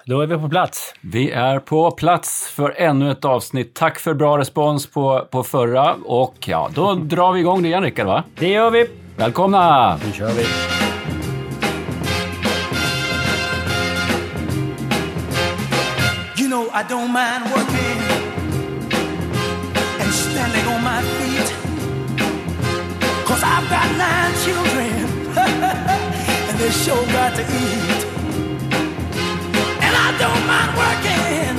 då är vi på plats. Vi är på plats för ännu ett avsnitt. Tack för bra respons på förra. Och ja, då drar vi igång det igen, Rickard, va? Det gör vi. Välkomna! Nu kör vi. You know I don't mind working and standing on my feet, 'cause I've got 9 children and they sure got to eat. And I don't mind working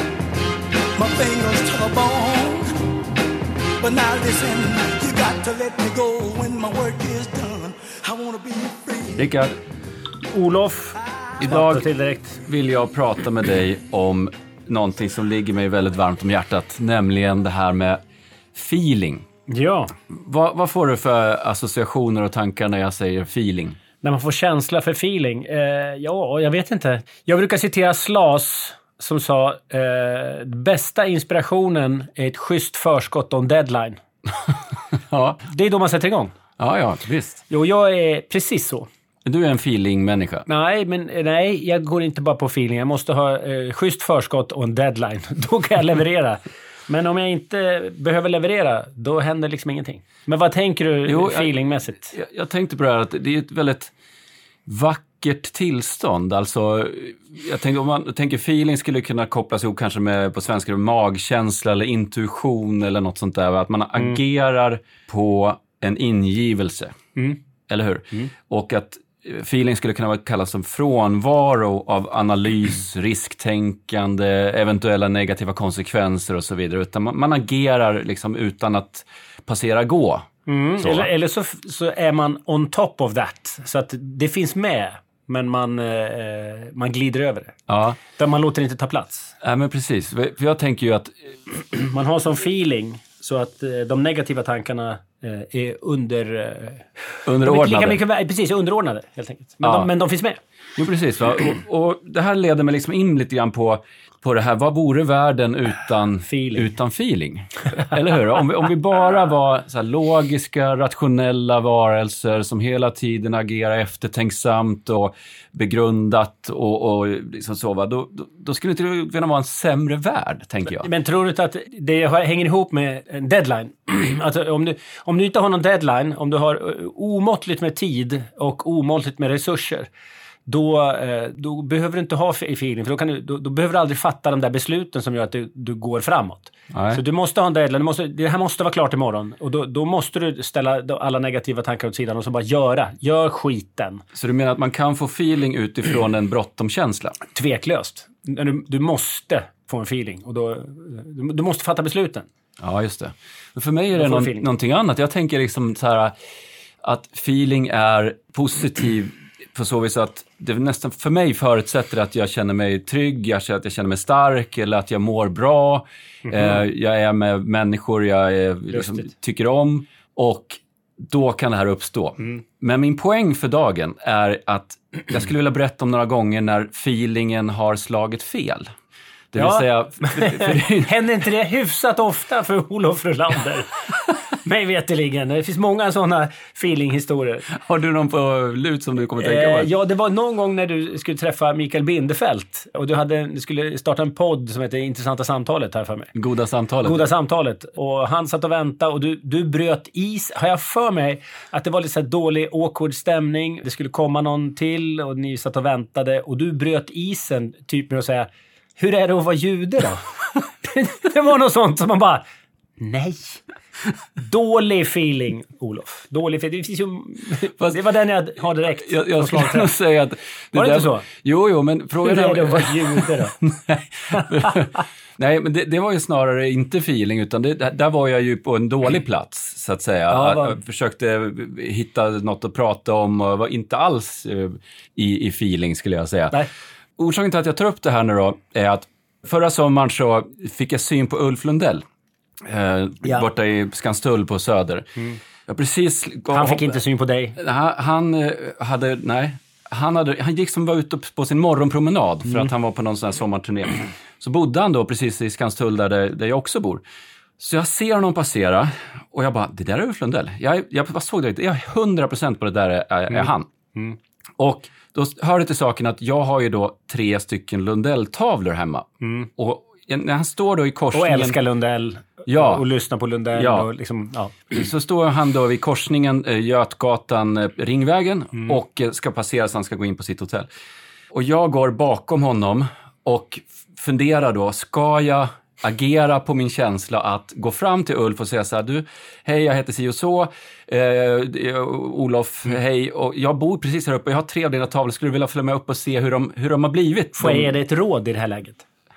my fingers to the bone, but now listen, you got to let me go when my work is done. I wanna be free. Rickard, Olof, idag till direkt. vill jag prata med dig om någonting som ligger mig väldigt varmt om hjärtat, nämligen det här med feeling. Ja. Vad får du för associationer och tankar när jag säger feeling? När man får känsla för feeling. Ja, jag vet inte. Jag brukar citera Slas som sa bästa inspirationen är ett schysst förskott och en deadline. Ja. Det är då man sätter igång. Ja, visst. Jo, jag är precis så. Du är en feeling-människa. Nej, jag går inte bara på feeling. Jag måste ha schysst förskott och en deadline. Då kan jag leverera. Men om jag inte behöver leverera, då händer liksom ingenting. Men vad tänker du feelingmässigt? Jag tänkte på det här att det är ett väldigt vackert tillstånd. Alltså, jag tänker, om man tänker feeling skulle kunna kopplas ihop kanske med på svenska magkänsla eller intuition eller något sånt där. Att man agerar på en ingivelse. Eller hur? Och att feeling skulle kunna kallas som frånvaro av analys, risktänkande, eventuella negativa konsekvenser och så vidare. Utan man agerar liksom utan att passera gå. Eller så är man on top of that. Så att det finns med, men man glider över det. Ja. Där man låter inte ta plats. Ja, men precis. För jag tänker ju att man har som feeling så att de negativa tankarna är underordnade. Precis, underordnade helt enkelt. Men de finns med. Jo, precis. Va? Och det här leder mig liksom in lite grann på det här. Vad vore världen utan feeling? Eller hur? Om vi bara var så här logiska, rationella varelser som hela tiden agerar eftertänksamt och begrundat och liksom så, va? Då skulle inte det kunna vara en sämre värld, tänker jag. Men tror du inte att det hänger ihop med en deadline? Alltså, om du inte har någon deadline, om du har omåttligt med tid och omåttligt med resurser, då behöver du inte ha feeling, för då behöver du aldrig fatta de där besluten som gör att du går framåt. Nej. Så du måste ha en deadline, det här måste vara klart imorgon, och då måste du ställa alla negativa tankar åt sidan och så bara gör skiten. Så du menar att man kan få feeling utifrån en bråttomkänsla? Tveklöst. Du måste få en feeling, och du måste fatta besluten. Ja, just det. Men för mig är det någonting annat. Jag tänker liksom så här att feeling är positiv på så vis att det nästan för mig förutsätter att jag känner mig trygg, att jag känner mig stark eller att jag mår bra. Jag är med människor jag liksom tycker om, och då kan det här uppstå. Men min poäng för dagen är att jag skulle vilja berätta om några gånger när feelingen har slagit fel. Det vill säga... Händer inte det hyfsat ofta för Olof Rolander? Mig veteligen. Det finns många sådana feeling-historier. Har du någon på lut som du kommer tänka på? Ja, det var någon gång när du skulle träffa Mikael Bindefeld. Och du skulle starta en podd som heter Intressanta samtalet här för mig. Goda samtalet. Och han satt och väntade och du bröt is. Har jag för mig att det var lite så här dålig, awkward stämning. Det skulle komma någon till och ni satt och väntade. Och du bröt isen typ med att säga: hur är det att vara jude då? Det var något sånt som man bara... Nej. Dålig feeling, Olof. Dålig feeling. Det finns ju... det var den jag har direkt. Jag skulle nog säga att... Var det inte så? Jo, men frågan är... Hur är det att vara jude då? Nej, men det var ju snarare inte feeling, utan där var jag ju på en dålig plats, så att säga. Jag försökte hitta något att prata om och var inte alls i feeling, skulle jag säga. Nej. Orsaken till att jag tar upp det här nu då är att förra sommaren så fick jag syn på Ulf Lundell. Borta i Skanstull på Söder. Han fick inte syn på dig. Han gick som var ute på sin morgonpromenad för att han var på någon sån här sommarturné. Så bodde han då precis i Skanstull där jag också bor. Så jag ser honom passera och jag bara, det där är Ulf Lundell. Jag såg det, jag är 100% på det där är han. Och då hör det till saken att jag har ju då 3 stycken Lundell-tavlor hemma. Och när han står då i korsningen... Och älskar Lundell. Ja. Och lyssnar på Lundell. Ja. Och liksom, ja. Så står han då vid korsningen Götgatan, Ringvägen och ska passera så han ska gå in på sitt hotell. Och jag går bakom honom och funderar då, ska jag agera på min känsla att gå fram till Ulf och säga så här: du, hej, jag heter si och så, Olof, hej, och jag bor precis här uppe, jag har 3 av dina tavlor, skulle du vilja följa med upp och se hur de har blivit? Får jag ge dig ett råd i det här läget?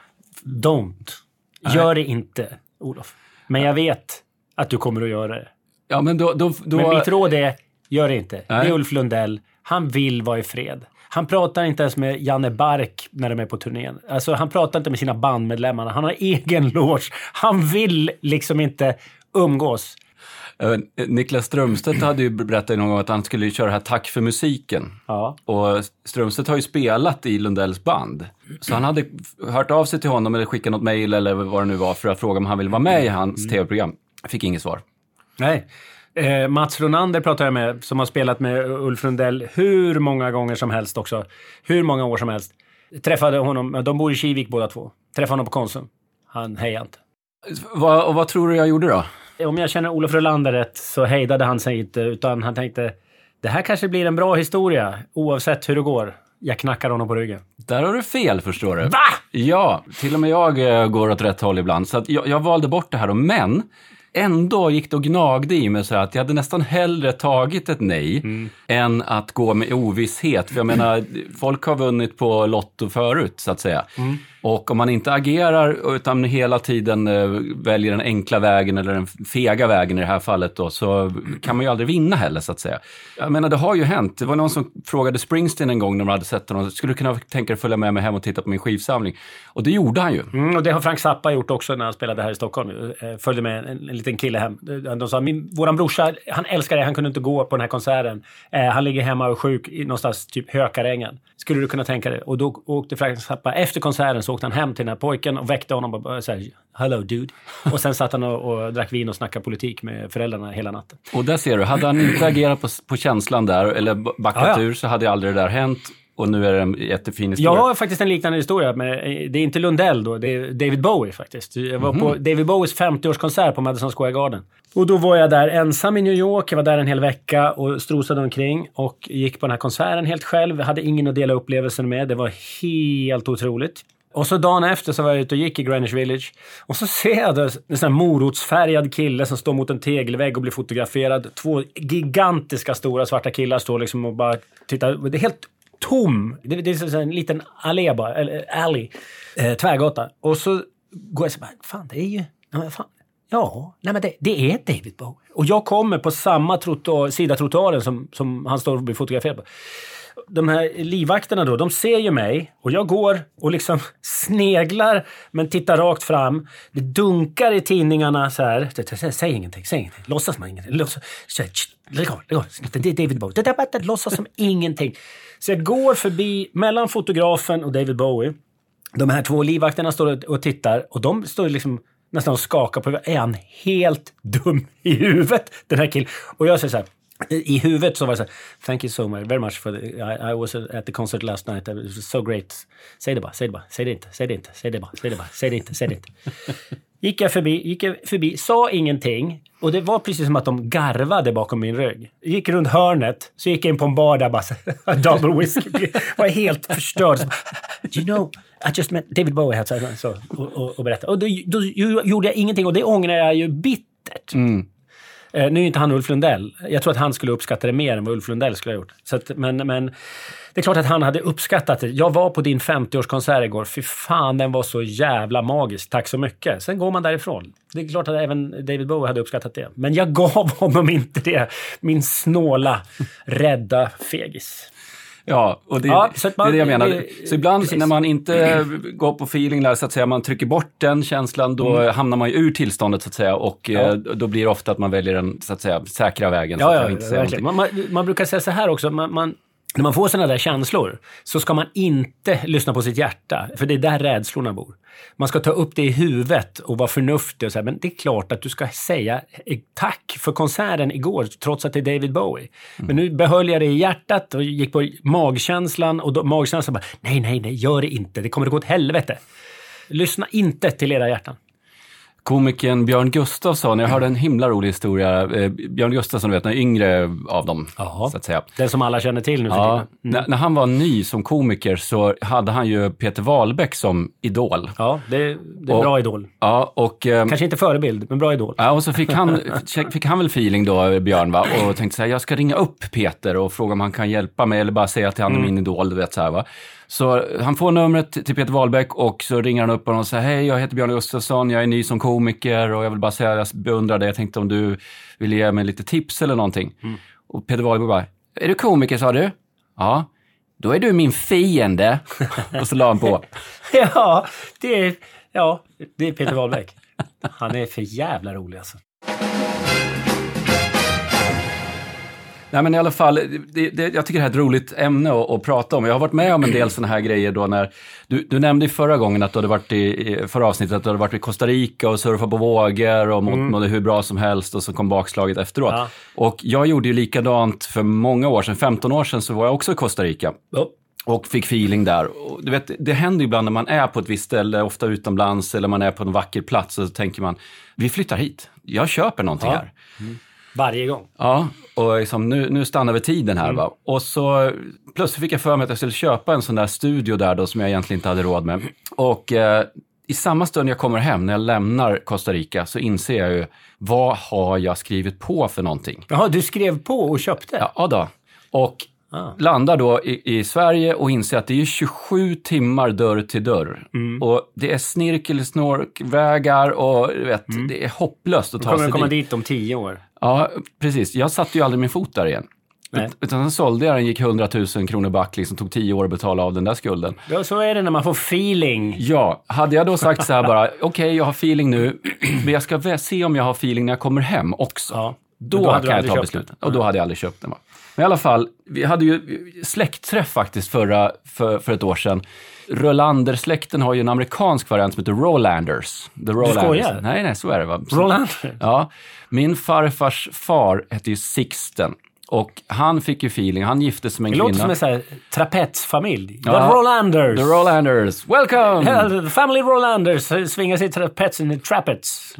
Don't. Gör det inte, Olof. Men jag vet att du kommer att göra det. Ja, men då... Men mitt råd är, gör det inte. Nej. Det är Ulf Lundell. Han vill vara i fred. Han pratar inte ens med Janne Bark när de är på turnén. Alltså, han pratar inte med sina bandmedlemmar. Han har egen loge. Han vill liksom inte umgås. Niklas Strömstedt hade ju berättat någon gång att han skulle köra här Tack för musiken. Ja. Och Strömstedt har ju spelat i Lundells band. Så han hade hört av sig till honom eller skickat något mejl eller vad det nu var för att fråga om han ville vara med i hans tv-program. Jag fick inget svar. Nej. Mats Ronander pratar jag med, som har spelat med Ulf Lundell hur många gånger som helst också. Hur många år som helst. Träffade honom, de bor i Kivik båda två. Träffade honom på Konsum. Han hejade inte. Vad tror du jag gjorde då? Om jag känner Olof Rolander rätt så hejdade han sig inte, utan han tänkte, det här kanske blir en bra historia oavsett hur det går. Jag knackar honom på ryggen. Där har du fel, förstår du. Va? Ja, till och med jag går åt rätt håll ibland. Så att jag valde bort det här då, men ändå gick det och gnagde i mig så att jag hade nästan hellre tagit ett nej än att gå med ovisshet. För jag menar, folk har vunnit på Lotto förut, så att säga. Och om man inte agerar utan hela tiden väljer den enkla vägen eller den fega vägen i det här fallet då, så kan man ju aldrig vinna heller, så att säga. Jag menar, det har ju hänt. Det var någon som frågade Springsteen en gång när man hade sett honom, skulle du kunna tänka dig att följa med mig hem och titta på min skivsamling? Och det gjorde han ju. Och det har Frank Zappa gjort också när han spelade här i Stockholm. Följde med en liten kille hem. De sa, våran brorsa, han älskar det, han kunde inte gå på den här konserten. Han ligger hemma och sjuk i någonstans typ Hökarängen. Skulle du kunna tänka dig? Och då åkte Frank Zappa, efter konserten så åkte han hem till den här pojken och väckte honom och sa, hello dude. Och sen satt han och drack vin och snackade politik med föräldrarna hela natten. Och där ser du, hade han inte agerat på känslan där eller backat ur, så hade aldrig det där hänt. Och nu är det en jättefin historia. Jag har faktiskt en liknande historia. Men det är inte Lundell då, det är David Bowie faktiskt. Jag var på David Bowies 50-årskonsert på Madison Square Garden. Och då var jag där ensam i New York. Jag var där en hel vecka och strosade omkring. Och gick på den här konserten helt själv. Jag hade ingen att dela upplevelsen med. Det var helt otroligt. Och så dagen efter så var jag ute och gick i Greenwich Village. Och så ser jag en sån här morotsfärgad kille som står mot en tegelvägg och blir fotograferad. 2 gigantiska stora svarta killar står liksom och bara tittar. Det är helt tom. Det är en liten allé bara. Alley. Tvärgata. Och så går jag så bara, fan det är ju... Fan. Ja, nej men det är David Bowie. Och jag kommer på samma sida trottoaren som han står och blir fotograferad på. De här livvakterna då, de ser ju mig och jag går och liksom sneglar men tittar rakt fram. Det dunkar i tidningarna så här. Säg ingenting. Låtsas man ingenting. Lägg av. Det är David Bowie. Det är låtsas som ingenting. Så jag går förbi mellan fotografen och David Bowie. De här 2 livvakterna står och tittar och de står liksom nästan och skakar på huvudet. Är han helt dum i huvudet, den här killen? Och jag säger så här, i huvudet så var det så här, thank you so much, very much for the, I was at the concert last night, it was so great. Säg det bara, säg det inte. Gick jag förbi, sa ingenting. Och det var precis som att de garvade bakom min rygg. Gick runt hörnet, så gick jag in på en bar där bara double whisky. Var helt förstörd. You know, I just met David Bowie här, så, och berättade. Och då gjorde jag ingenting, och det ångrar jag ju bittert. Nu är inte han Ulf Lundell. Jag tror att han skulle uppskatta det mer än vad Ulf Lundell skulle ha gjort. Så att, men det är klart att han hade uppskattat det. Jag var på din 50-årskonsert igår. Fy fan, den var så jävla magisk. Tack så mycket. Sen går man därifrån. Det är klart att även David Bowie hade uppskattat det. Men jag gav honom inte det. Min snåla, rädda fegis. Ja, och det är det jag menar. Så ibland precis, när man inte går på feeling där, så att säga, man trycker bort den känslan, då hamnar man ju ur tillståndet, så att säga, och då blir det ofta att man väljer den, så att säga, säkra vägen. Så att verkligen. Man brukar säga så här också, När man får såna där känslor så ska man inte lyssna på sitt hjärta. För det är där rädslorna bor. Man ska ta upp det i huvudet och vara förnuftig och säga, men det är klart att du ska säga tack för konserten igår trots att det är David Bowie. Men nu behöll jag det i hjärtat och gick på magkänslan och då, magkänslan bara, nej, gör det inte. Det kommer att gå åt helvete. Lyssna inte till era hjärtan. Komikern Björn Gustafsson, jag hörde en himla rolig historia. Björn Gustafsson, vet, den yngre av dem, så att säga. Den som alla känner till nu för tiden. När han var ny som komiker så hade han ju Peter Wahlbeck som idol. Ja, det är bra idol. Ja, och... Kanske inte förebild, men bra idol. Ja, och så fick han väl feeling då, Björn, va? Och tänkte så här, jag ska ringa upp Peter och fråga om han kan hjälpa mig eller bara säga att han är min idol, du vet så här, va? Så han får numret till Peter Wahlbeck och så ringer han upp och säger, hej, jag heter Björn Gustafsson, jag är ny som komiker och jag vill bara säga att jag beundrar dig. Jag tänkte om du vill ge mig lite tips eller någonting. Och Peter Wahlbeck bara, är du komiker, sa du? Ja, då är du min fiende. Och så la han på. Ja, det är Peter Wahlbeck. Han är för jävla rolig alltså. Nej, men i alla fall, jag tycker det här är ett roligt ämne att prata om. Jag har varit med om en del sådana här grejer då när... Du nämnde i förra gången att du hade varit i förra avsnittet att du hade varit i Costa Rica och surfat på vågor och mådde hur bra som helst och så kom bakslaget efteråt. Ja. Och jag gjorde ju likadant för många år sedan, 15 år sedan så var jag också i Costa Rica. Ja. Och fick feeling där. Och du vet, det händer ju ibland när man är på ett visst ställe, ofta utomlands eller man är på en vacker plats så tänker man, vi flyttar hit. Jag köper någonting här. Varje gång. Ja, och liksom, nu stannar vi tiden här va. Och så plötsligt fick jag för mig att jag skulle köpa en sån där studio där då som jag egentligen inte hade råd med. Och i samma stund jag kommer hem när jag lämnar Costa Rica så inser jag ju, vad har jag skrivit på för någonting? Jaha, du skrev på och köpte? Ja då. Och landar då i Sverige och inser att det är 27 timmar dörr till dörr. Och det är snorkvägar och vet, det är hopplöst att ta sig dit. Du kommer komma dit om 10 år. Ja, precis. Jag satte ju aldrig min fot där igen. Utan sen sålde jag den, gick 100 000 kronor back, liksom tog 10 år att betala av den där skulden. Ja, så är det när man får feeling. Ja, hade jag då sagt så här bara, okej, jag har feeling nu, men jag ska se om jag har feeling när jag kommer hem också. Ja. Då kan jag ta beslutet. Och då hade jag aldrig köpt den. Men i alla fall, vi hade ju släktträff faktiskt för ett år sedan. Rolander-släkten har ju en amerikansk variant som heter Rolanders. Du skojar? Nej, så är det va? Rolander? Ja, min farfars far hette ju Sixten. Och han fick ju feeling, han gifte sig med en kvinna. Det låter som en sån här trapetsfamilj. The Rolanders. The Rolanders. Welcome! The family Rolanders svingar sig i trapetsen i trapets.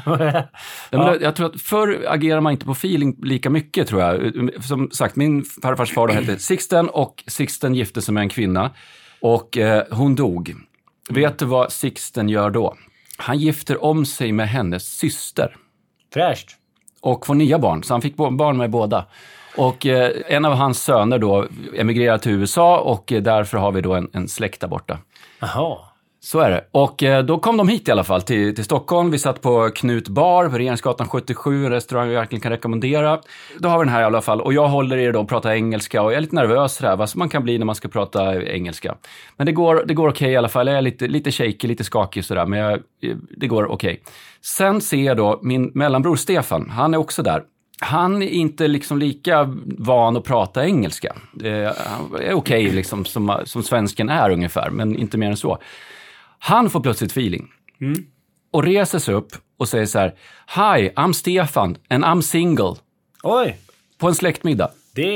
Jag tror att förr agerar man inte på feeling lika mycket, tror jag. Som sagt, min farfars far hette Sixten och Sixten gifte sig med en kvinna. Och hon dog. Vet du vad Sixten gör då? Han gifter om sig med hennes syster. Fräscht. Och får nya barn, så han fick barn med båda. Och en av hans söner då emigrerar till USA och därför har vi då en släkt där borta. Jaha. Så är det. Och då kom de hit i alla fall till Stockholm. Vi satt på Knut Bar på Regeringsgatan 77, en restaurang vi verkligen kan rekommendera. Då har vi den här i alla fall. Och jag håller er då och pratar engelska och jag är lite nervös här, vad man kan bli när man ska prata engelska. Men det går okej i alla fall. Jag är lite shaky, lite skakig sådär, men det går okej. Sen ser jag då min mellanbror Stefan, han är också där. Han är inte liksom lika van att prata engelska. Det är okej liksom, som svensken är ungefär, men inte mer än så. Han får plötsligt feeling. Och reser sig upp och säger så här: Hi, I'm Stefan and I'm single. Oj! På en släktmiddag.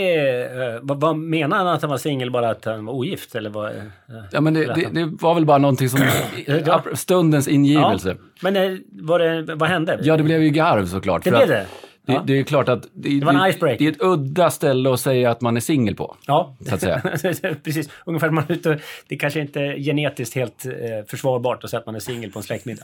Vad menar han att han var single, bara att han var ogift? Eller vad, ja, men det var väl bara någonting som stundens ingivelse. Ja. Men vad hände? Ja, det blev ju garv såklart. Det blev det? Ja. Det är klart att det var en icebreaker. Det är ett udda ställe att säga att man är singel på. Ja, så att säga. Precis. Ungefär man ute, det kanske inte är genetiskt helt försvarbart att säga att man är singel på en släktmiddag.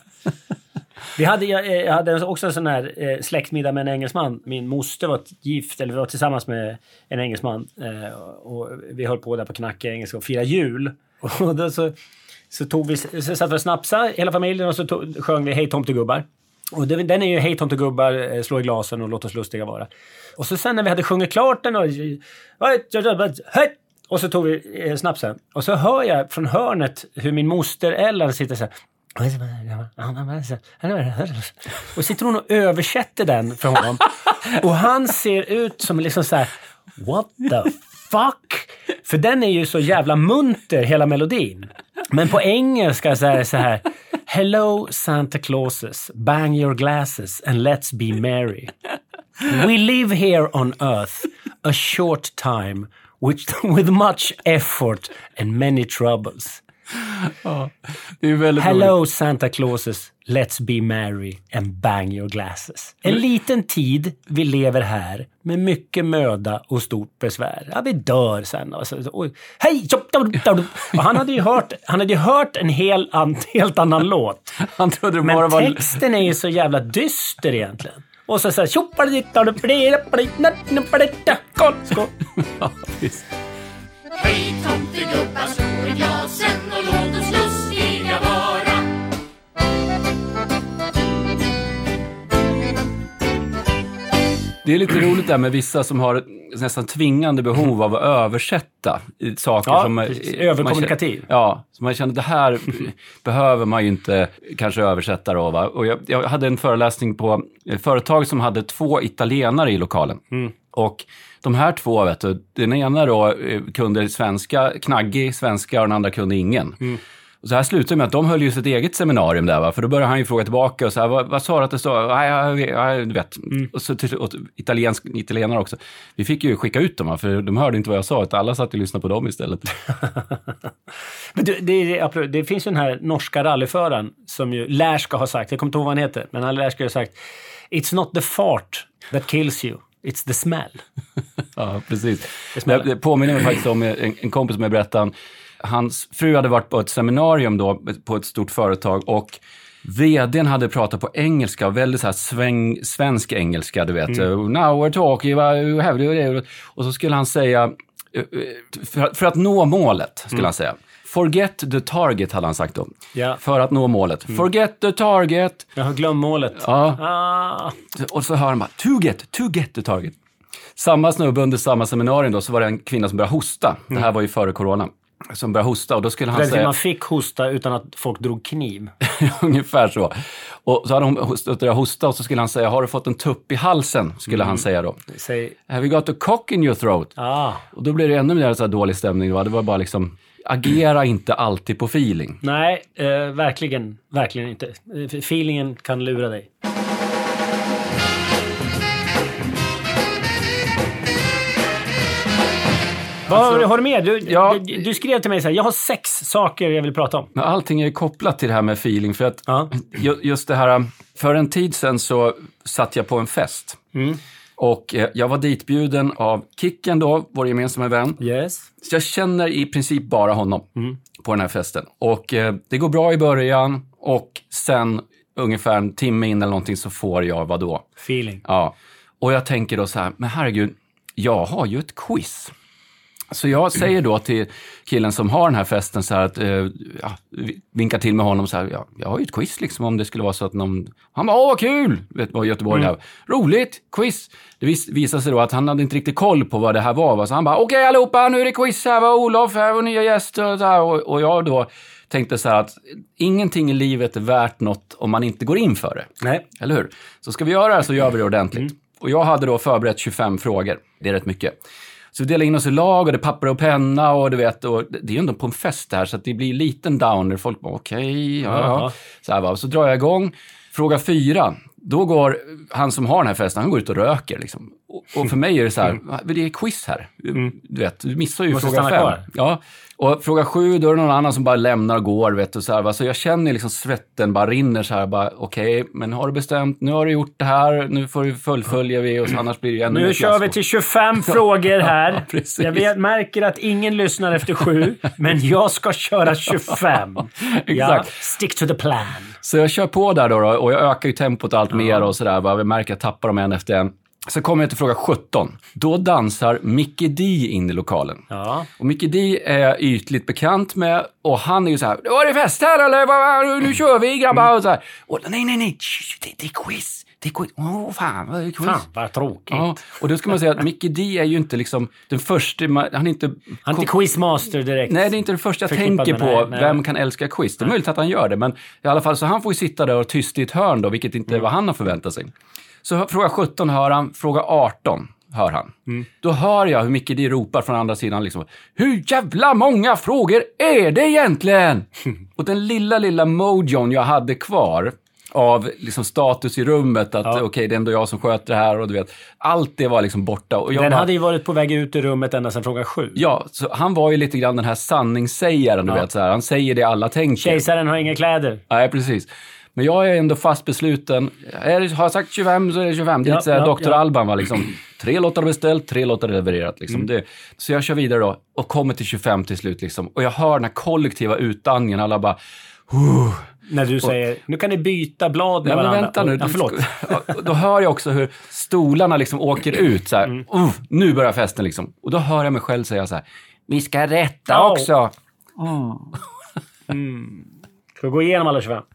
Jag hade också en sån här släktmiddag med en engelsman. Min moster var gift, eller var tillsammans med en engelsman. Och vi höll på där på Knacke engelska och fira jul. Och då så tog vi, så satt vi och snapsa hela familjen och så sjöng vi Hej tomtegubbar. Och den är ju Hej tomtegubbar, slå i glasen och låt oss lustiga vara. Och så sen när vi hade sjungit klart den och så tog vi snapsen. Och så hör jag från hörnet hur min moster Ellen sitter så här. Och sitter hon och översätter den för honom. Och han ser ut som liksom så här: what the fuck? För den är ju så jävla munter, hela melodin. Men på engelska så är det så här: Hello Santa Clauses, bang your glasses and let's be merry. We live here on earth a short time with much effort and many troubles. Ja, det är väldigt Hello roligt. Santa Clauses, let's be merry and bang your glasses. En liten tid vi lever här med mycket möda och stort besvär. Ja, vi dör sen. Och hej! Och han hade ju hört en helt annan låt. Han trodde det Men bara var... texten är ju så jävla dyster egentligen. Och så här... Skål! Ja, visst. Hej tomtegubbar, slå i glasen och låt oss lustiga vara. Det är lite roligt där med vissa som har ett nästan tvingande behov av att översätta saker som... överkommunikativ. Så man känner att det här behöver man ju inte kanske översätta då, va? Och jag hade en föreläsning på ett företag som hade 2 italienare i lokalen. Och de här 2, vet du, den ena då kunde svenska, knaggig svenska, och den andra kunde ingen. Och så här slutade med att de höll ju sitt eget seminarium där, va? För då började han ju fråga tillbaka och så här, vad sa du att det står? Du vet. Och så till italienare också. Vi fick ju skicka ut dem, va? För de hörde inte vad jag sa, utan alla satt och lyssnade på dem istället. Men det finns ju den här norska rallyföraren som ju Lärska har sagt, jag kommer inte ihåg vad han heter, men han Lärska har sagt: It's not the fart that kills you, it's the smell. Ja, precis. Det påminner mig faktiskt om en kompis som jag berättade. Hans fru hade varit på ett seminarium då på ett stort företag, och vdn hade pratat på engelska, väldigt så här svensk engelska, du vet. Now we're talking about... Och så skulle han säga, för att nå målet, skulle han säga. Forget the target, hade han sagt då. Ja. För att nå målet. Forget the target. Jag har glömt målet. Ja. Och så hör han bara, to get the target. Samma snubbe under samma seminarium då, så var det en kvinna som började hosta. Det här var ju före corona. Som började hosta, och då skulle han säga... Man fick hosta utan att folk drog kniv. Ungefär så. Och så hade hon hosta, och så skulle han säga, har du fått en tupp i halsen? Skulle han säga då. Have you got a cock in your throat? Och då blev det ännu mer så här dålig stämning. Va? Det var bara liksom, agera inte alltid på feeling. Nej, verkligen inte. Feelingen kan lura dig. Vad har du med? Du skrev till mig så här: jag har 6 saker jag vill prata om. Men allting är kopplat till det här med feeling. För att just det här, för en tid sedan så satt jag på en fest. Och jag var ditbjuden av Kicken då, vår gemensamma vän. Yes. Så jag känner i princip bara honom på den här festen. Och det går bra i början, och sen ungefär en timme in eller någonting så får jag vadå? Feeling. Ja. Och jag tänker då så här, men herregud, jag har ju ett quiz. Så jag säger då till killen som har den här festen så här att, vinkar till med honom så här, jag har ju ett quiz liksom, om det skulle vara så att någon... Han bara, vad kul! Vet vad Göteborg där. Roligt, quiz! Det visade sig då att han hade inte riktigt koll på vad det här var. Så han bara, okej allihopa, nu är det quiz här, var Olof, här var nya gäster och så här. Och jag då tänkte så här att ingenting i livet är värt något om man inte går in för det. Nej. Eller hur? Så ska vi göra det här så gör vi det ordentligt. Och jag hade då förberett 25 frågor. Det är rätt mycket. Så vi delar in oss i lag, och det är papper och penna, och du vet, och det är ju ändå på en fest här, så att det blir liten downer. Folk bara, okej, ja. Så här va. Så drar jag igång. Fråga 4. Då går han som har den här festen, han går ut och röker liksom. Och för mig är det så här, det är quiz här. Du vet, du missar ju fråga 5. Ja. Och fråga 7, då är det någon annan som bara lämnar och går, vet du, så här va. Så jag känner liksom svetten bara rinner så här, bara okej, men har du bestämt, nu har du gjort det här, nu får du fullfölja vi, och så annars blir det ännu Nu kör vi till 25 frågor här. Jag märker att ingen lyssnar efter 7, men jag ska köra 25. Exakt. Stick to the plan. Så jag kör på där då, och jag ökar ju tempot allt mer och sådär. Jag märker att jag tappar dem en efter en. Så kommer jag till fråga 17. Då dansar Mickey D in i lokalen. Ja. Och Mickey D är jag ytligt bekant med. Och han är ju så här, var det fest här eller? Nu kör vi grabbar. Och så här. Och nej. Det är quiz. Fan, vad är quiz? Fan, vad tråkigt. Ja, och då ska man säga att Mickey D är ju inte liksom den första, han är inte quizmaster direkt. Nej, det är inte det första jag tänker på. Nej. Vem kan älska quiz? Det är möjligt att han gör det, men i alla fall så han får ju sitta där och tyst i ett hörn då, vilket inte är vad han har förväntat sig. Så fråga 17 hör han, fråga 18 hör han. Då hör jag hur mycket det ropar från andra sidan liksom. Hur jävla många frågor är det egentligen? Och den lilla mojon jag hade kvar av liksom status i rummet att okej, det är ändå jag som sköter det här och du vet, allt det var liksom borta. Och den hade ju varit på väg ut ur rummet ända sedan fråga 7. Ja, så han var ju lite grann den här sanningssägaren, du vet så här. Han säger det alla tänker. Kejsaren har inga kläder. Nej, precis. Men jag är ändå fast besluten. Har jag sagt 25 så är det 25. Det är lite så här, Dr. Alban var liksom 3 lottar beställt, 3 lottar levererat. Liksom. Så jag kör vidare då och kommer till 25 till slut. Liksom. Och jag hör den här kollektiva utandningen. Alla bara... När du säger, nu kan ni byta blad med varandra. Vänta nu. Förlåt. Då hör jag också hur stolarna liksom åker ut. Så här, nu börjar festen liksom. Och då hör jag mig själv säga så här, vi ska rätta också. Ska vi gå igenom alla 25?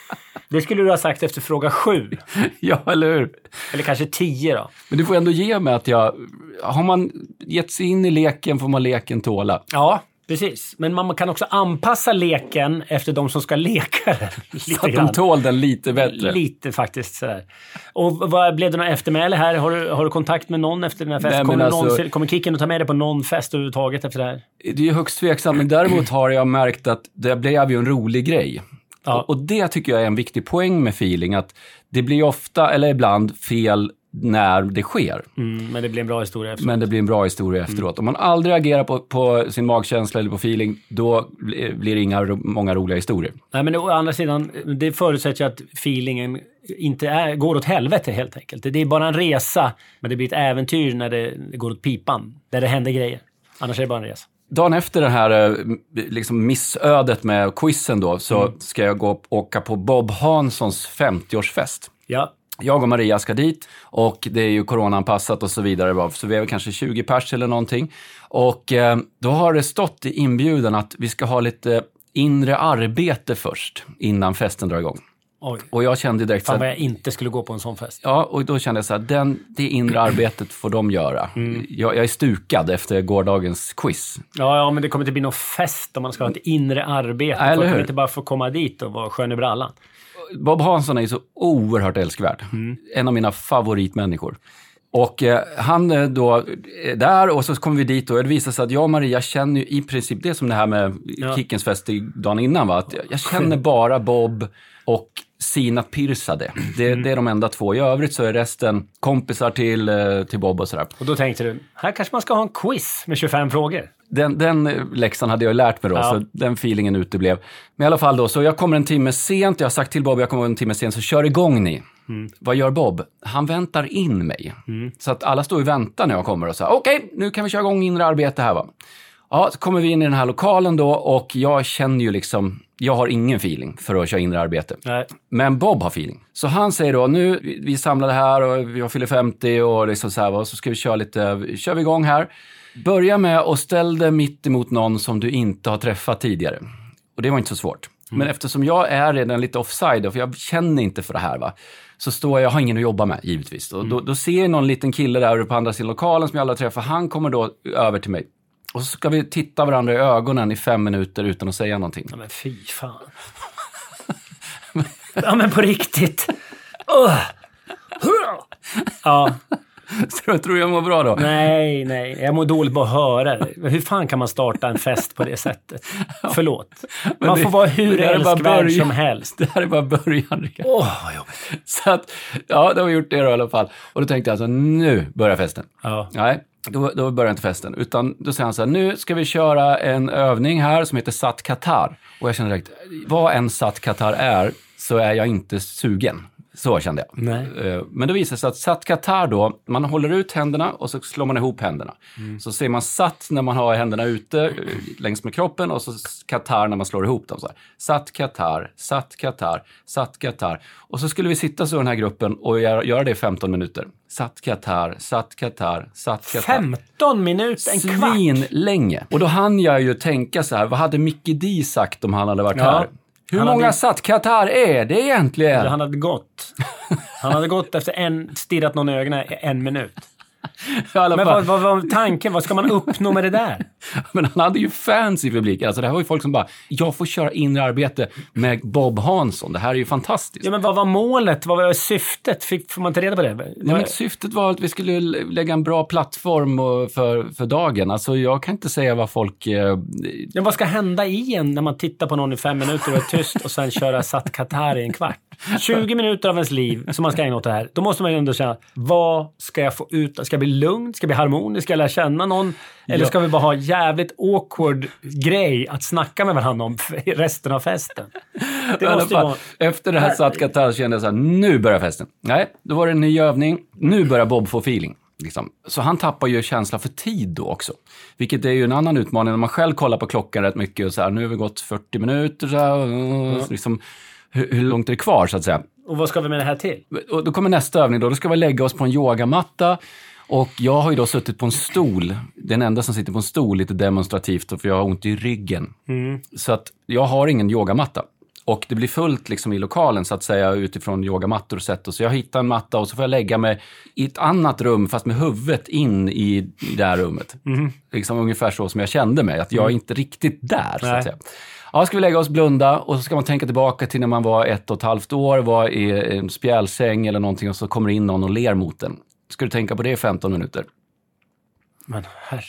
Det skulle du ha sagt efter fråga 7. Ja, eller hur? Eller kanske 10 då. Men du får ändå ge mig att har man gett sig in i leken får man leken tåla. Ja, precis. Men man kan också anpassa leken efter de som ska leka. Så att de tål den lite bättre. Lite faktiskt sådär. Och vad blev det någon eftermäle här? Har du kontakt med någon efter den här festen? Kommer Kicken att ta med dig på någon fest överhuvudtaget efter det här? Det är ju högst tveksamt, men däremot har jag märkt att det blev ju en rolig grej. Ja. Och det tycker jag är en viktig poäng med feeling, att det blir ofta eller ibland fel när det sker. Men det blir en bra historia efteråt. Om man aldrig agerar på sin magkänsla eller på feeling, då blir det inga många roliga historier. Nej, men å andra sidan, det förutsätter att feelingen inte går åt helvete helt enkelt. Det är bara en resa, men det blir ett äventyr när det går åt pipan, där det händer grejer. Annars är det bara en resa. Dagen efter det här liksom missödet med quizen då, så ska jag gå och åka på Bob Hanssons 50-årsfest. Ja. Jag och Maria ska dit och det är ju coronaanpassat och så vidare. Så vi är kanske 20 pers eller någonting. Och då har det stått i inbjudan att vi ska ha lite inre arbete först innan festen drar igång. Oj. Och jag kände direkt så att jag inte skulle gå på en sån fest. Ja, och då kände jag så här, det inre arbetet får de göra. Jag är stukad efter gårdagens quiz. Ja, men det kommer inte bli någon fest om man ska ha ett inre arbete. Folk kommer inte bara få komma dit och vara skön i brallan. Bob Hansson är ju så oerhört älskvärd. En av mina favoritmänniskor. Och han då är där och så kommer vi dit och det visar sig att jag och Maria känner ju i princip det som det här med Kickens fest dagen innan, va? Att jag känner bara Bob och Sina Pirsade. Det är de enda två. I övrigt så är resten kompisar till Bob och sådär. Och då tänkte du, här kanske man ska ha en quiz med 25 frågor. Den läxan hade jag lärt mig då, så den feelingen uteblev. Men i alla fall då, så jag kommer en timme sent. Jag har sagt till Bob, jag kommer en timme sent, så kör igång ni. Vad gör Bob? Han väntar in mig. Så att alla står och väntar när jag kommer och säger, okej, nu kan vi köra igång inre arbete här, va? Ja, så kommer vi in i den här lokalen då och jag känner ju liksom, jag har ingen feeling för att köra inre arbete. Nej. Men Bob har feeling. Så han säger då, nu vi samlade här och vi har fyller 50 och liksom så här, och så ska vi köra lite, kör vi igång här. Börja med att ställa dig mitt emot någon som du inte har träffat tidigare. Och det var inte så svårt. Men eftersom jag är redan lite offside, för jag känner inte för det här, va, så står jag har ingen att jobba med, givetvis. Och då ser jag någon liten kille där på andra sidan lokalen som jag aldrig träffar. Han kommer då över till mig. Och så ska vi titta varandra i ögonen i 5 minuter utan att säga någonting. Ja, men fy fan. Ja, men på riktigt. Ja. Så jag tror jag mår bra då? Nej. Jag mår dåligt bara att höra det. Hur fan kan man starta en fest på det sättet? Förlåt. Man får vara hur älskvärd som helst. Det här är bara början. Vad jobbigt. Så att, ja, då har vi gjort det då i alla fall. Och då tänkte jag alltså, nu börjar festen. Ja. Nej, då börjar inte festen. Utan då säger han så här, nu ska vi köra en övning här som heter Sat Qatar. Och jag kände direkt, vad en Sat Qatar är, så är jag inte sugen. Så kände jag. Nej. Men då visar det sig att Sat Qatar då, man håller ut händerna och så slår man ihop händerna. Så ser man Sat när man har händerna ute längs med kroppen och så Qatar när man slår ihop dem. Så här. Sat Qatar, Sat Qatar, Sat Qatar. Och så skulle vi sitta så i den här gruppen och göra det i 15 minuter. Sat Qatar, Sat Qatar, Sat Qatar. 15 minuter, en kvart. Svin länge. Och då hann jag ju tänka så här, vad hade Mickey D sagt om han hade varit här? Hur många Sat Qatar är det egentligen? Han hade gått. Han hade gått efter stirrat någon i ögonen 1 minut. Men vad var tanken? Vad ska man uppnå med det där? Men han hade ju fans i publiken. Alltså det här var ju folk som bara, jag får köra inre arbete med Bob Hansson. Det här är ju fantastiskt. Ja, men vad var målet? Vad var syftet? Får man inte reda på det? Nej, men syftet var att vi skulle lägga en bra plattform för dagen. Alltså jag kan inte säga vad folk... Men vad ska hända igen när man tittar på någon i 5 minuter och är tyst och sen köra Sat Qatar i en kvart? 20 minuter av ens liv som man ska ägna åt det här. Då måste man ju undersöka, vad ska jag få ut? Ska jag bli lugn? Ska jag bli harmonisk? Ska jag lära känna någon? Eller ska vi bara ha jävligt awkward grej att snacka med varandra om resten av festen? Det måste ju vara... Efter det här Sat Qatar kände jag så här, nu börjar festen. Nej, då var det en ny övning. Nu börjar Bob få feeling. Liksom. Så han tappar ju känsla för tid då också. Vilket är ju en annan utmaning när man själv kollar på klockan rätt mycket och så här, nu har vi gått 40 minuter så här, liksom, hur långt är det kvar så att säga. Och vad ska vi med det här till? Och då kommer nästa övning då ska vi lägga oss på en yogamatta och jag har ju då suttit på en stol, den enda som sitter på en stol lite demonstrativt för jag har ont i ryggen. Så att jag har ingen yogamatta. Och det blir fullt liksom i lokalen så att säga utifrån yogamattor och sätt. Och så jag hittar en matta och så får jag lägga mig i ett annat rum fast med huvudet in i det här rummet. Liksom ungefär så som jag kände mig. Att jag är inte riktigt där så att säga. Ja, ska vi lägga oss blunda och så ska man tänka tillbaka till när man var 1,5 år, var i en spjälsäng eller någonting och så kommer in någon och ler mot den. Ska du tänka på det i 15 minuter? Men herregud.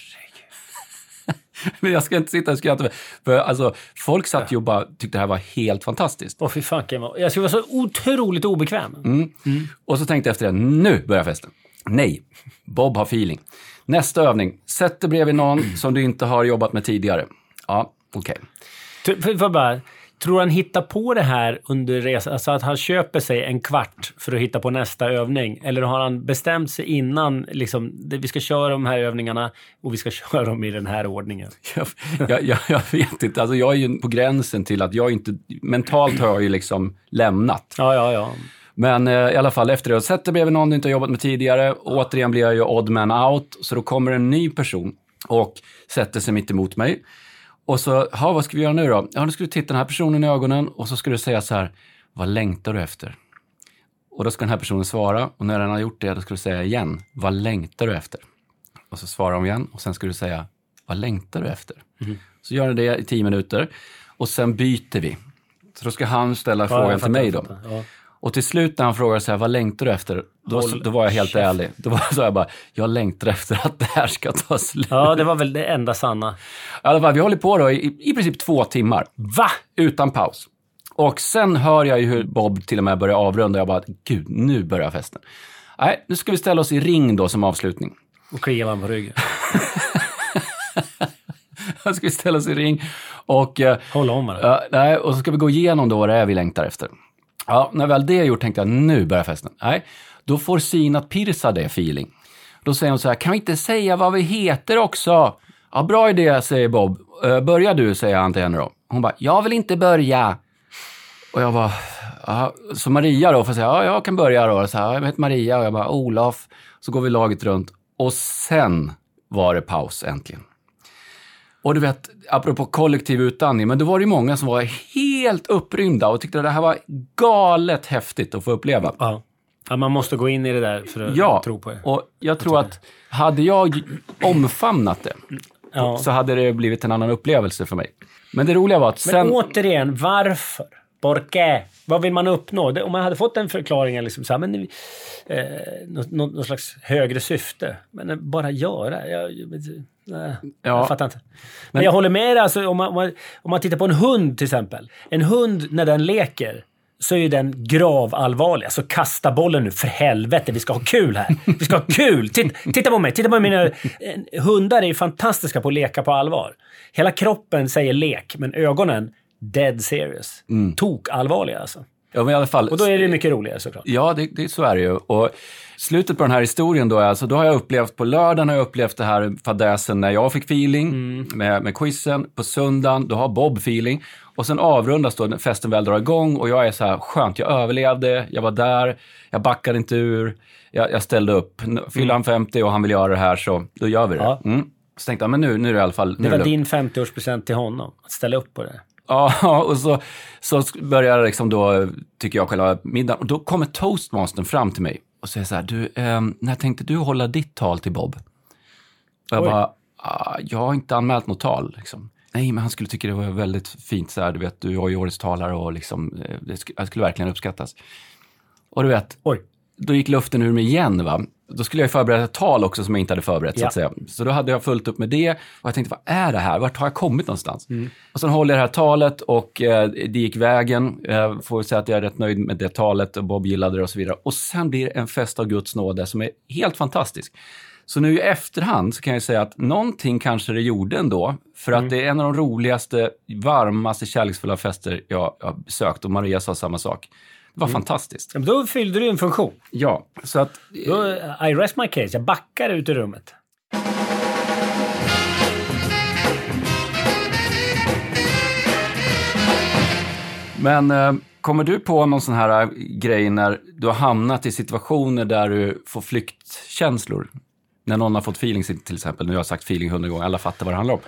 Men jag ska inte sitta och skratta. För alltså, folk satt ju och bara tyckte det här var helt fantastiskt. Fy fan, jag skulle vara så otroligt obekväm. Och så tänkte jag efter det, nu börjar festen. Nej, Bob har feeling. Nästa övning, sätt dig bredvid någon som du inte har jobbat med tidigare. Ja, okej. Tror han hittar på det här under resan? Alltså att han köper sig en kvart för att hitta på nästa övning? Eller har han bestämt sig innan liksom, vi ska köra de här övningarna och vi ska köra dem i den här ordningen? Jag vet inte. Alltså jag är ju på gränsen till att jag inte... Mentalt har jag ju liksom lämnat. Ja. Men i alla fall efter det. Jag sätter bredvid någon du inte har jobbat med tidigare. Återigen blir jag ju odd man out. Så då kommer en ny person och sätter sig mitt emot mig. Och så, vad ska vi göra nu då? Ja, nu ska du titta den här personen i ögonen och så ska du säga så här, vad längtar du efter? Och då ska den här personen svara och när den har gjort det då ska du säga igen, vad längtar du efter? Och så svarar de igen och sen ska du säga, vad längtar du efter? Så gör det i 10 minuter och sen byter vi. Så då ska han ställa frågan till mig då. Ja. Och till slut när han frågar så här, vad längtar du efter? Då var jag helt ärlig. Då var jag bara, jag längtar efter att det här ska ta slut. Ja, det var väl det enda sanna. I alla fall, vi håller på då i princip 2 timmar. Va? Utan paus. Och sen hör jag ju hur Bob till och med börjar avrunda. Jag bara, gud, nu börjar festen. Nej, nu ska vi ställa oss i ring då som avslutning. Och kliva man på ryggen. Nu ska vi ställa oss i ring. Och, hålla om det. Nej, och så ska vi gå igenom då vad det är vi längtar efter. Ja, när väl det är gjort tänkte jag, nu börjar festen. Nej, då får Sinat Pirsa det feeling. Då säger hon så här, kan vi inte säga vad vi heter också? Ja, bra idé, säger Bob. Börja du, säger han till henne då. Hon bara, jag vill inte börja. Och jag bara, ja. Så Maria då får säga, ja, jag kan börja då. Så här, jag heter Maria och jag bara, Olof. Så går vi laget runt. Och sen var det paus äntligen. Och du vet, apropå kollektiv utandning, men då var det många som var helt upprymda och tyckte att det här var galet häftigt att få uppleva. Ja, man måste gå in i det där för att tro på det. Och jag tror att hade jag omfamnat det så hade det blivit en annan upplevelse för mig. Men det roliga var att sen... Men återigen, varför? Porqué? Vad vill man uppnå? Om man hade fått en förklaring liksom så här, men något slags högre syfte. Men bara göra. Jag fattar inte. Men jag håller med dig. Alltså, om man tittar på en hund till exempel. En hund när den leker så är ju den gravallvarlig. Alltså kasta bollen nu, för helvete. Vi ska ha kul här. Vi ska ha kul. Titta på mig. Titta på mina... Hundar är ju fantastiska på att leka på allvar. Hela kroppen säger lek, men ögonen dead serious. Tok allvarliga alltså. Ja, men i alla fall, och då är det mycket roligare såklart. Ja, så är det ju. Och slutet på den här historien då, alltså, då har jag upplevt på lördagen har jag upplevt det här fadäsen när jag fick feeling med quizen. På söndagen, då har Bob feeling. Och sen avrundas då när festen väl drar igång och jag är så här, skönt, jag överlevde, jag var där, jag backade inte ur, jag ställde upp. Fyller han 50 och han vill göra det här, så då gör vi det. Ja. Så tänkte jag, men nu är det i alla fall... Det var din 50-årspresent till honom, att ställa upp på det. Ja, och så börjar liksom då, tycker jag, själva middagen. Och då kommer toastmastern fram till mig. och säger så här, du, när tänkte du hålla ditt tal till Bob? Och jag bara, jag har inte anmält något tal liksom. Nej, men han skulle tycka det var väldigt fint så här, du vet, du har ju årets talare och liksom, det skulle verkligen uppskattas. Och du vet, då gick luften ur mig igen, va? Då skulle jag förbereda ett tal också som jag inte hade förberett, så att säga. Så då hade jag fullt upp med det. Och jag tänkte, vad är det här? Vart har jag kommit någonstans? Och sen håller jag det här talet och det gick vägen. Jag får säga att jag är rätt nöjd med det talet och Bob gillade det och så vidare. Och sen blir det en fest av Guds nåde som är helt fantastisk. Så nu i efterhand så kan jag säga att någonting kanske det gjorde ändå. För att det är en av de roligaste, varmaste, kärleksfulla fester jag har besökt. Och Maria sa samma sak. Det var fantastiskt. Då fyllde du en funktion. Ja, så att... I rest my case. Jag backar ut ur rummet. Men kommer du på någon sån här grej när du har hamnat i situationer där du får flyktkänslor? När någon har fått feeling till exempel. Nu har jag sagt feeling 100 gånger. Alla fattar vad det handlar om.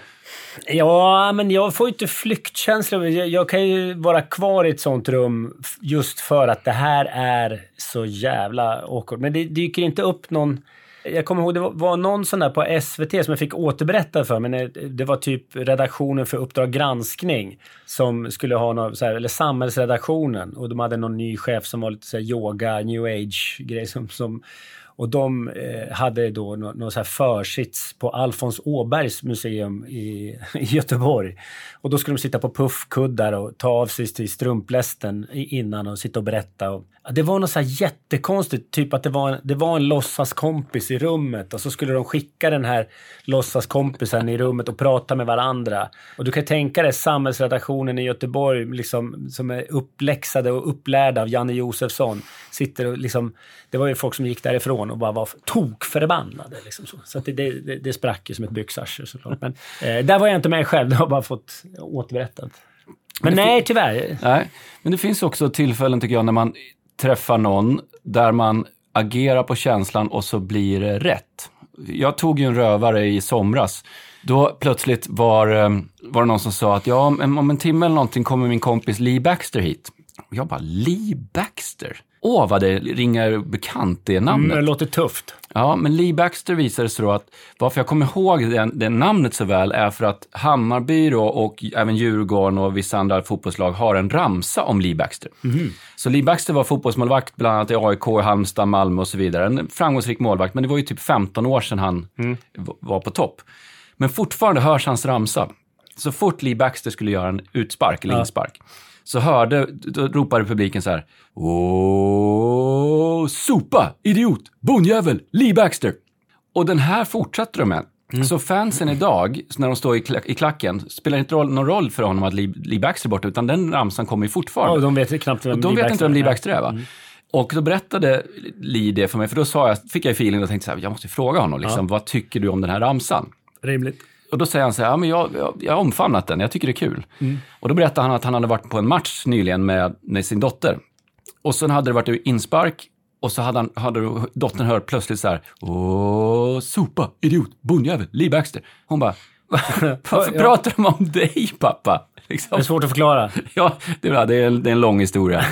Ja, men jag får inte flyktkänslor. Jag kan ju vara kvar i ett sånt rum just för att det här är så jävla awkward. Men det dyker inte upp någon... Jag kommer ihåg, det var någon sån där på SVT som jag fick återberätta för. Men det var typ redaktionen för Uppdrag granskning som skulle ha något så här, eller samhällsredaktionen. Och de hade någon ny chef som var lite så här yoga, new age-grej som och de hade då någon så här försits på Alfons Åbergs museum i Göteborg. Och då skulle de sitta på puffkuddar och ta av sig till strumplästen innan och sitta och berätta. Och det var något så här jättekonstigt, typ att det var en låtsaskompis i rummet och så skulle de skicka den här låtsaskompisen i rummet och prata med varandra. Och du kan tänka dig samhällsredaktionen i Göteborg liksom, som är uppläxade och upplärda av Janne Josefsson, sitter och liksom, det var ju folk som gick därifrån och bara var tokförbannade liksom så att det sprack ju som ett byxarsel såklart. Men där var jag inte med själv, det har bara fått återberättat. Men nej, tyvärr. Nej, men det finns också tillfällen tycker jag när man träffar någon där man agerar på känslan och så blir det rätt. Jag tog ju en rövare i somras. Då plötsligt var det någon som sa att om en timme eller någonting kommer min kompis Lee Baxter hit. Och jag bara, Lee Baxter? Vad det ringer bekant det namnet. Det låter tufft. Ja, men Lee Baxter visade sig då att varför jag kommer ihåg det namnet så väl är för att Hammarby då, och även Djurgården och vissa andra fotbollslag har en ramsa om Lee Baxter. Så Lee Baxter var fotbollsmålvakt bland annat i AIK, Halmstad, Malmö och så vidare. En framgångsrik målvakt, men det var ju typ 15 år sedan han var på topp. Men fortfarande hörs hans ramsa. Så fort Lee Baxter skulle göra en utspark eller inspark så då ropade publiken så här: åh, sopa, idiot, bonjävel, Lee Baxter. Och den här fortsatte de med. Så fansen idag, när de står i klacken, spelar inte någon roll för honom att Lee Baxter är borta, utan den ramsan kommer ju fortfarande. Och de vet knappt vem de vet inte vem Lee Baxter är, va? Och då berättade Lee det för mig, för då fick jag feeling och tänkte så här, jag måste fråga honom liksom, vad tycker du om den här ramsan? Rimligt. Och då säger han så här, men jag har omfamnat den, jag tycker det är kul. Och då berättade han att han hade varit på en match nyligen med sin dotter. Och sen hade det varit inspark och så hade dottern hört plötsligt så här: åh, sopa, idiot, bonjävel, Lee Baxter. Hon bara, varför pratar de om dig, pappa? Liksom. Det är svårt att förklara. Ja, det är en lång historia.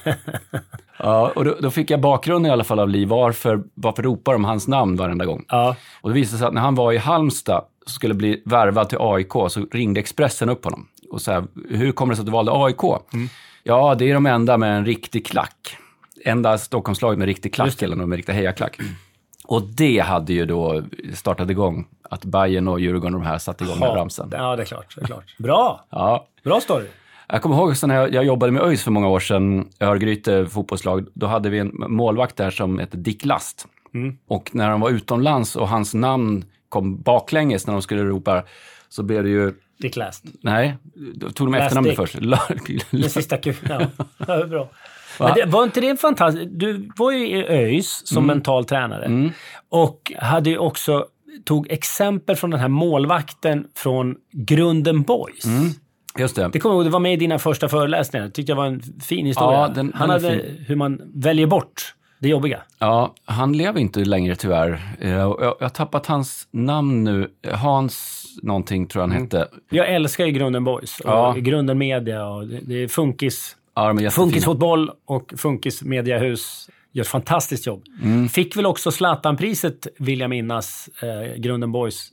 Ja, och då fick jag bakgrunden i alla fall av Lee. Varför ropar de hans namn varenda gång? Ja. Och det visade sig att när han var i Halmstad och skulle bli värvad till AIK så ringde Expressen upp honom. Och så här, hur kommer det sig att du valde AIK? Ja, det är de enda med en riktig klack. Enda Stockholmslaget med riktig klack eller med riktig hejaklack. Och det hade ju då startat igång att Bayern och Djurgården de här satte igång med ramsen. Ja, det är klart. Bra! Ja. Bra story. Jag kommer ihåg när jag jobbade med ÖIS för många år sedan, Örgryte fotbollslag, då hade vi en målvakt där som hette Dick Last. Och när han var utomlands och hans namn kom baklänges när de skulle ropa, så blev det ju... Dick Last. Nej, då tog de efternamnet först. Den sista ja, det är bra. Men var inte det en fantastisk... Du var ju i ÖIS som mental tränare. Och hade ju också tog exempel från den här målvakten från Grunden Boys. Just det. Det kommer ihåg, det var med i dina första föreläsningar. Tyckte jag var en fin historia. Ja, han hade hur man väljer bort det jobbiga. Ja, han lever inte längre tyvärr. Jag har tappat hans namn nu. Hans någonting tror jag han hette. Jag älskar ju Grunden Boys. Och Grunden Media. Och det är funkis. Ja, Funkisfotboll och Funkis Mediahus. Gör ett fantastiskt jobb. Fick väl också Zlatan-priset, vill jag minnas, Grunden Boys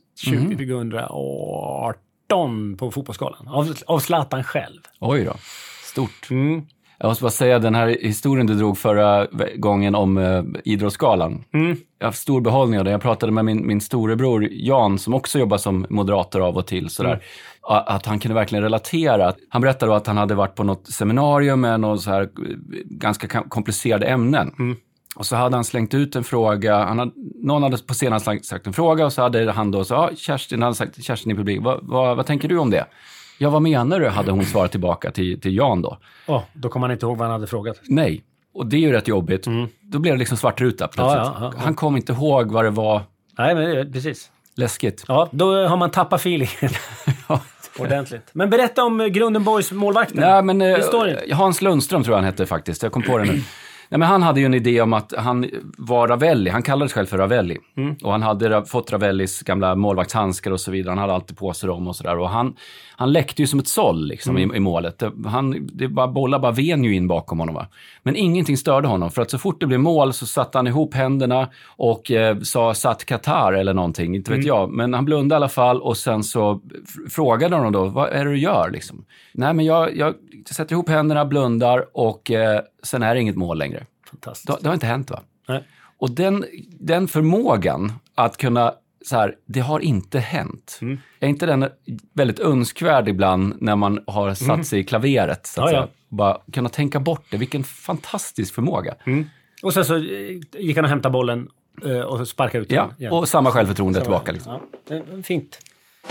2018 på Fotbollsgalan. Av Zlatan själv. Oj då, stort. Jag måste bara säga, den här historien du drog förra gången om Idrottsgalan. Jag har haft stor behållning av det. Jag pratade med min storebror Jan, som också jobbar som moderator av och till. Sådär, att han kunde verkligen relatera. Han berättade då att han hade varit på något seminarium med något så här ganska komplicerade ämnen. Och så hade han slängt ut en fråga. Någon hade på scenen sagt en fråga, och så hade han då Kerstin hade sagt, Kerstin i publik, vad tänker du om det? Ja, vad menar du? Hade hon svarat tillbaka till Jan då. Då kommer han inte ihåg vad han hade frågat. Nej, och det är ju rätt jobbigt. Då blev det liksom svartruta plötsligt. Han kom inte ihåg vad det var. Nej, men precis. Läskigt. Ja, då har man tappat feelingen. Ordentligt. Men berätta om Grunden Boys målvakten. Ja, men Hans Lundström tror jag han hette faktiskt. Jag kom på det nu. Nej, men han hade ju en idé om att han var Ravelli. Han kallade sig själv för Ravelli. Och han hade fått Ravellis gamla målvaktshandskar och så vidare. Han hade alltid på sig dem och sådär. Och han läckte ju som ett såll liksom, i målet. Bollar bara ven ju in bakom honom. Va? Men ingenting störde honom. För att så fort det blev mål så satte han ihop händerna och satt Qatar eller någonting. Inte vet jag. Men han blundade i alla fall, och sen så frågade honom då, vad är det du gör liksom? Nej, men jag sätter ihop händerna, blundar och sen är det inget mål längre. Fantastiskt. Det har inte hänt, va? Nej. Och den förmågan att kunna så här, det har inte hänt. Är inte den väldigt önskvärd ibland när man har satt sig i klaveret så att säga? Bara kunna tänka bort det. Vilken fantastisk förmåga. Och sen så gick han och hämtade bollen och sparkade ut den. Ja, och samma självförtroende tillbaka. Liksom. Ja, det är fint.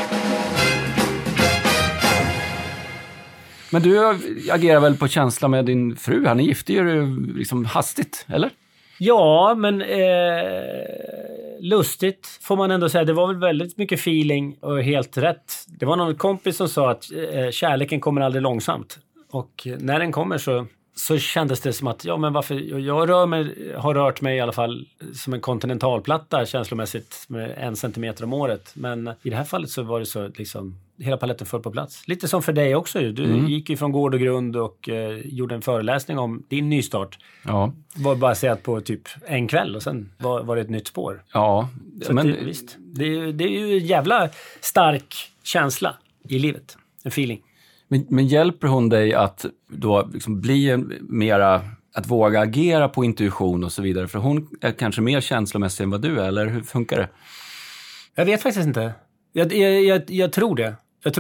Men du agerar väl på känsla med din fru? Han är giftig ju liksom hastigt, eller? Ja, men lustigt får man ändå säga. Det var väl väldigt mycket feeling och helt rätt. Det var någon kompis som sa att kärleken kommer aldrig långsamt. Och när den kommer så kändes det som att, ja men varför, jag har rört mig i alla fall som en kontinentalplatta känslomässigt med 1 centimeter om året. Men i det här fallet så var det så liksom, hela paletten föll på plats. Lite som för dig också ju. Du gick ju från gård och grund och gjorde en föreläsning om din nystart. Ja. Var bara sett på typ en kväll och sen var det ett nytt spår. Ja. Så men visst, det är ju en jävla stark känsla i livet. En feeling. Men hjälper hon dig att då liksom bli mera, att våga agera på intuition och så vidare? För hon är kanske mer känslomässig än vad du är, eller hur funkar det? Jag vet faktiskt inte. Jag tror det.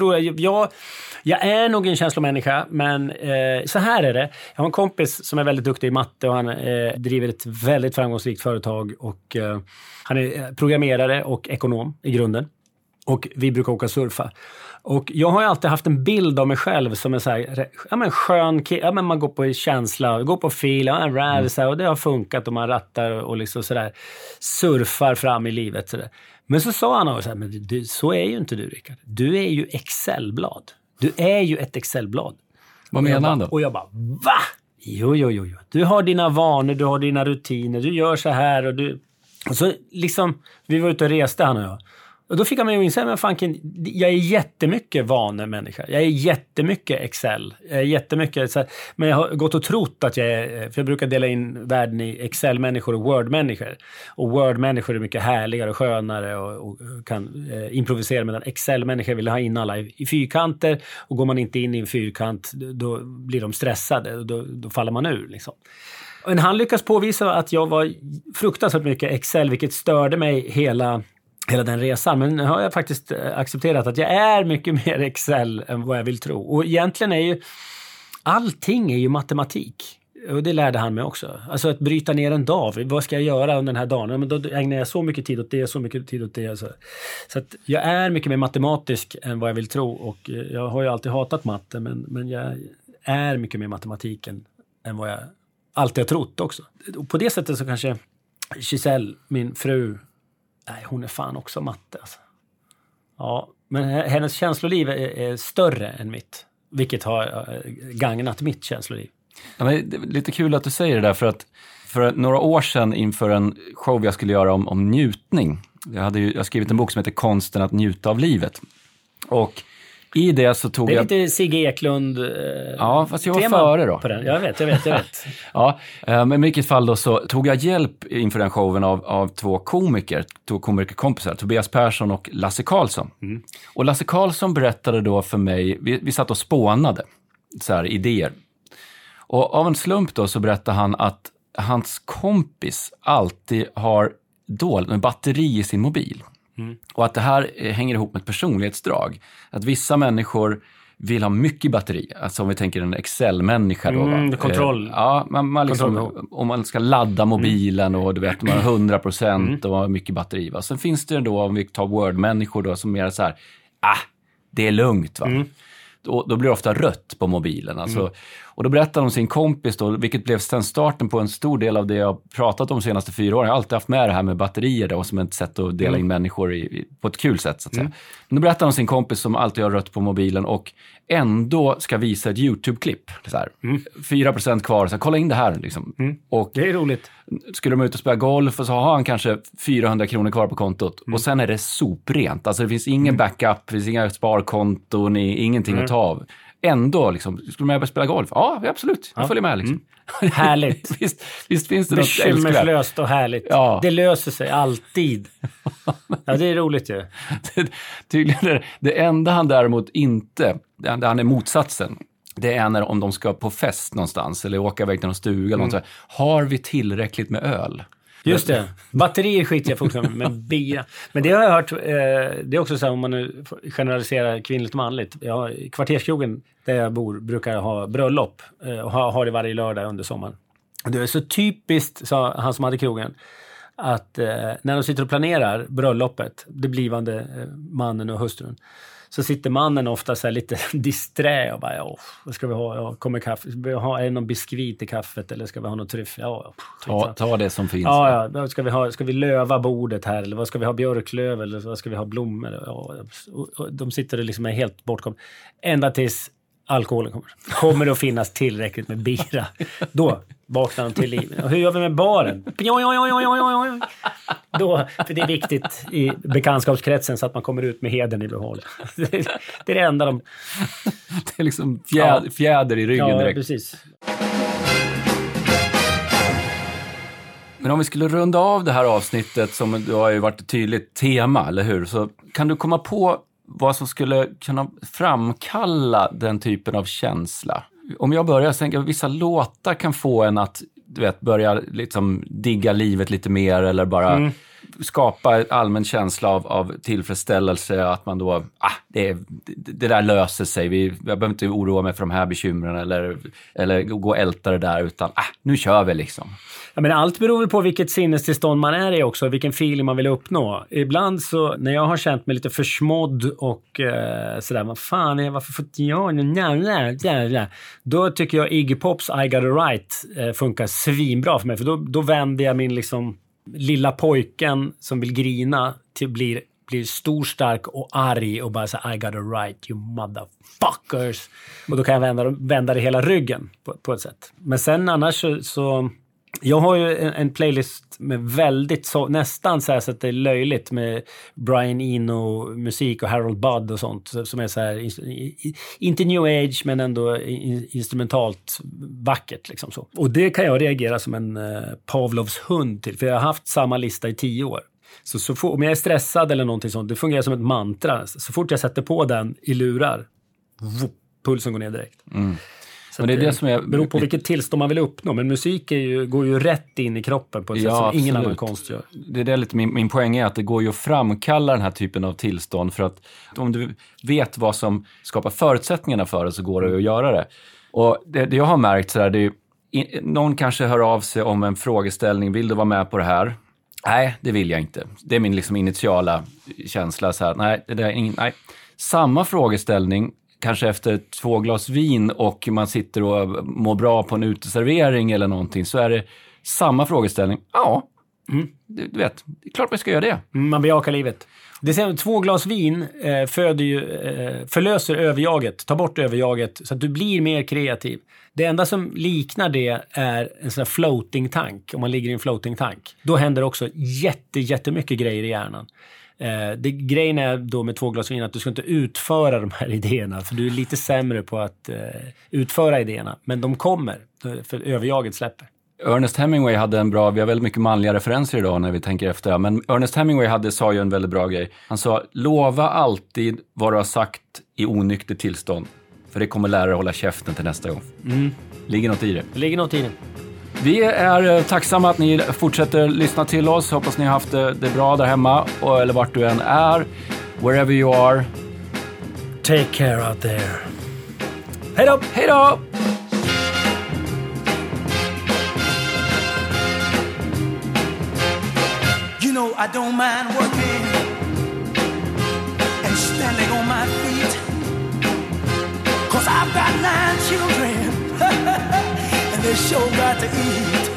Jag är nog en känslomänniska, men så här är det. Jag har en kompis som är väldigt duktig i matte och han driver ett väldigt framgångsrikt företag och han är programmerare och ekonom i grunden. Och vi brukar åka surfa. Och jag har ju alltid haft en bild av mig själv som en så här, skön kille. Man går på känsla, går på fil, och det har funkat och man rattar och liksom sådär surfar fram i livet. Sådär. Men så sa han också, men så är ju inte du, Rickard. Du är ju Excelblad. Du är ju ett Excelblad. Vad menar han då? Och jag bara, va? Jo. Du har dina vanor, du har dina rutiner, du gör så här och så liksom, vi var ute och reste han och jag. Och då fick jag mig att inse, jag är jättemycket vanemänniska. Jag är jättemycket Excel. Jag är jättemycket, men jag har gått och trott att jag är, för jag brukar dela in världen i Excel-människor och Word-människor. Och Word-människor är mycket härligare och skönare och kan improvisera, medan Excel-människor vill ha in alla i fyrkanter. Och går man inte in i en fyrkant, då blir de stressade och då faller man ur liksom. Men han lyckas påvisa att jag var fruktansvärt mycket Excel, vilket störde mig hela den resan. Men nu har jag faktiskt accepterat att jag är mycket mer Excel än vad jag vill tro. Och egentligen är ju allting är ju matematik. Och det lärde han mig också. Alltså att bryta ner en dag. Vad ska jag göra under den här dagen? Ja, men då ägnar jag så mycket tid åt det, så mycket tid åt det. Så att jag är mycket mer matematisk än vad jag vill tro. Och jag har ju alltid hatat matte, men jag är mycket mer matematiken än vad jag alltid har trott också. Och på det sättet så kanske Giselle, min fru, nej, hon är fan också matte alltså. Ja, men hennes känsloliv är större än mitt. Vilket har gagnat mitt känsloliv. Ja, men det är lite kul att du säger det där, för några år sedan inför en show jag skulle göra om njutning. Jag har skrivit en bok som heter Konsten att njuta av livet. Och I det så tog Det är jag... lite Sigge Eklund Ja, fast jag var tema före då. på den. Jag vet. Ja, men i vilket fall då så tog jag hjälp inför den showen av två komikerkompisar, Tobias Persson och Lasse Karlsson. Och Lasse Karlsson berättade då för mig, vi satt och spånade så här idéer. Och av en slump då så berättade han att hans kompis alltid har dåligt med batteri i sin mobil. Och att det här hänger ihop med ett personlighetsdrag. Att vissa människor vill ha mycket batteri. Alltså om vi tänker en Excel-människa då. Kontroll. Ja, man liksom, om man ska ladda mobilen och du vet, man har 100% och har mycket batteri. Va? Sen finns det då, om vi tar Word-människor då, som mer så här, det är lugnt va. Då blir det ofta rött på mobilen. Alltså. Och då berättade de om sin kompis då, vilket blev sen starten på en stor del av det jag pratat om de senaste 4 åren. Jag har alltid haft med det här med batterier då, som ett sätt att dela in människor på ett kul sätt så att säga. Men då berättade de om sin kompis som alltid har rött på mobilen och ändå ska visa ett YouTube-klipp. Så här, 4% kvar, så här, kolla in det här liksom. Och Det är roligt. skulle de ut och spela golf och så har han kanske 400 kronor kvar på kontot. Och sen är det soprent. Alltså det finns ingen backup, det finns inga sparkonton, ingenting att ta av. Ändå liksom, skulle man börja spela golf? Ja, absolut. Jag följer med liksom. Härligt. visst finns det något älskvärt. Bekymmerslöst och härligt. Ja. Det löser sig alltid. Ja, det är roligt ju. Tydligen det enda han däremot inte, där han är motsatsen, det är när om de ska på fest någonstans eller åka iväg till någon stuga eller något så här, har vi tillräckligt med öl? Just det. Batterier skiter jag fortfarande med bira. Men det har jag hört, det är också så här, om man nu generaliserar kvinnligt och manligt. Ja, kvarterskrogen där jag bor brukar ha bröllop och har det varje lördag under sommaren. Och det är så typiskt, sa han som hade krogen, att när de sitter och planerar bröllopet, det blivande mannen och hustrun, så sitter mannen ofta så här lite disträ och bara, vad ska vi ha? Ja, kommer kaffe? Är det någon biskvit i kaffet eller ska vi ha något tryff? Ja, ta det som finns. Ja, ska vi löva bordet här eller vad ska vi ha, björklöv eller vad ska vi ha, blommor? Ja, och de sitter och liksom är helt bortkomna. Ända tills alkoholen kommer det att finnas tillräckligt med bira. Då vaknar de till liv. Och hur gör vi med baren? Då, för det är viktigt i bekantskapskretsen så att man kommer ut med heden i behåll. Det är det enda de... Det är liksom fjäder i ryggen direkt. Ja, precis. Men om vi skulle runda av det här avsnittet som det har ju varit ett tydligt tema, eller hur? Så kan du komma på vad som skulle kunna framkalla den typen av känsla? Om jag börjar tänka att vissa låtar kan få en att börja liksom digga livet lite mer eller bara skapa en allmän känsla av tillfredsställelse, att man då, det där löser sig. Jag behöver inte oroa mig för de här bekymren eller gå och älta det där, utan nu kör vi liksom. Ja, men allt beror väl på vilket sinnestillstånd man är i också, vilken feeling man vill uppnå. Ibland så, när jag har känt mig lite försmådd och sådär, vad fan är, varför får jag, då tycker jag Iggy Pops I Got a Right funkar svinbra för mig, för då vänder jag min liksom lilla pojken som vill grina till blir stor, stark och arg och bara säga I got a right, you motherfuckers. Och då kan jag vända det hela ryggen på ett sätt. Men sen annars så jag har ju en playlist med väldigt nästan så att det är löjligt med Brian Eno musik och Harold Budd och sånt som är så här, inte new age men ändå instrumentalt vackert liksom så. Och det kan jag reagera som en Pavlovs hund till, för jag har haft samma lista i 10 år. Så om jag är stressad eller någonting sånt, det fungerar som ett mantra. Så fort jag sätter på den i lurar, pulsen går ner direkt. Så men det är det som beror på vilket tillstånd man vill uppnå. Men musik går ju rätt in i kroppen på ett sätt som ingen annan konst gör. Det är lite min poäng är att det går ju att framkalla den här typen av tillstånd. För att om du vet vad som skapar förutsättningarna för det, så går det att göra det. Och det jag har märkt så här, det är någon kanske hör av sig om en frågeställning. Vill du vara med på det här? Nej, det vill jag inte. Det är min liksom initiala känsla. Så här, nej. Samma frågeställning, kanske efter 2 glas vin och man sitter och mår bra på en uteservering eller någonting, så är det samma frågeställning. Ja, du vet, det är klart man ska göra det. Man bejakar livet. Det säger 2 glas vin förlöser överjaget, tar bort överjaget så att du blir mer kreativ. Det enda som liknar det är en sån här floating tank. Om man ligger i en floating tank, då händer också jättemycket grejer i hjärnan. Grejen är då med 2 glas vin att du ska inte utföra de här idéerna, för du är lite sämre på att utföra idéerna. Men de kommer, för överjaget släpper. Ernest Hemingway hade vi har väldigt mycket manliga referenser idag när vi tänker efter. Men Ernest Hemingway sa ju en väldigt bra grej. Han sa, lova alltid vad du har sagt i onyktert tillstånd. För det kommer lära dig hålla käften till nästa gång. Ligger något i det? Det ligger något i det. Vi är tacksamma att ni fortsätter lyssna till oss. Hoppas ni har haft det bra där hemma. Eller vart du än är. Wherever you are. Take care out there. Hej då! Hej då! You know I don't mind working and standing on my feet, 'cause I've got 9 children and they sure got to eat.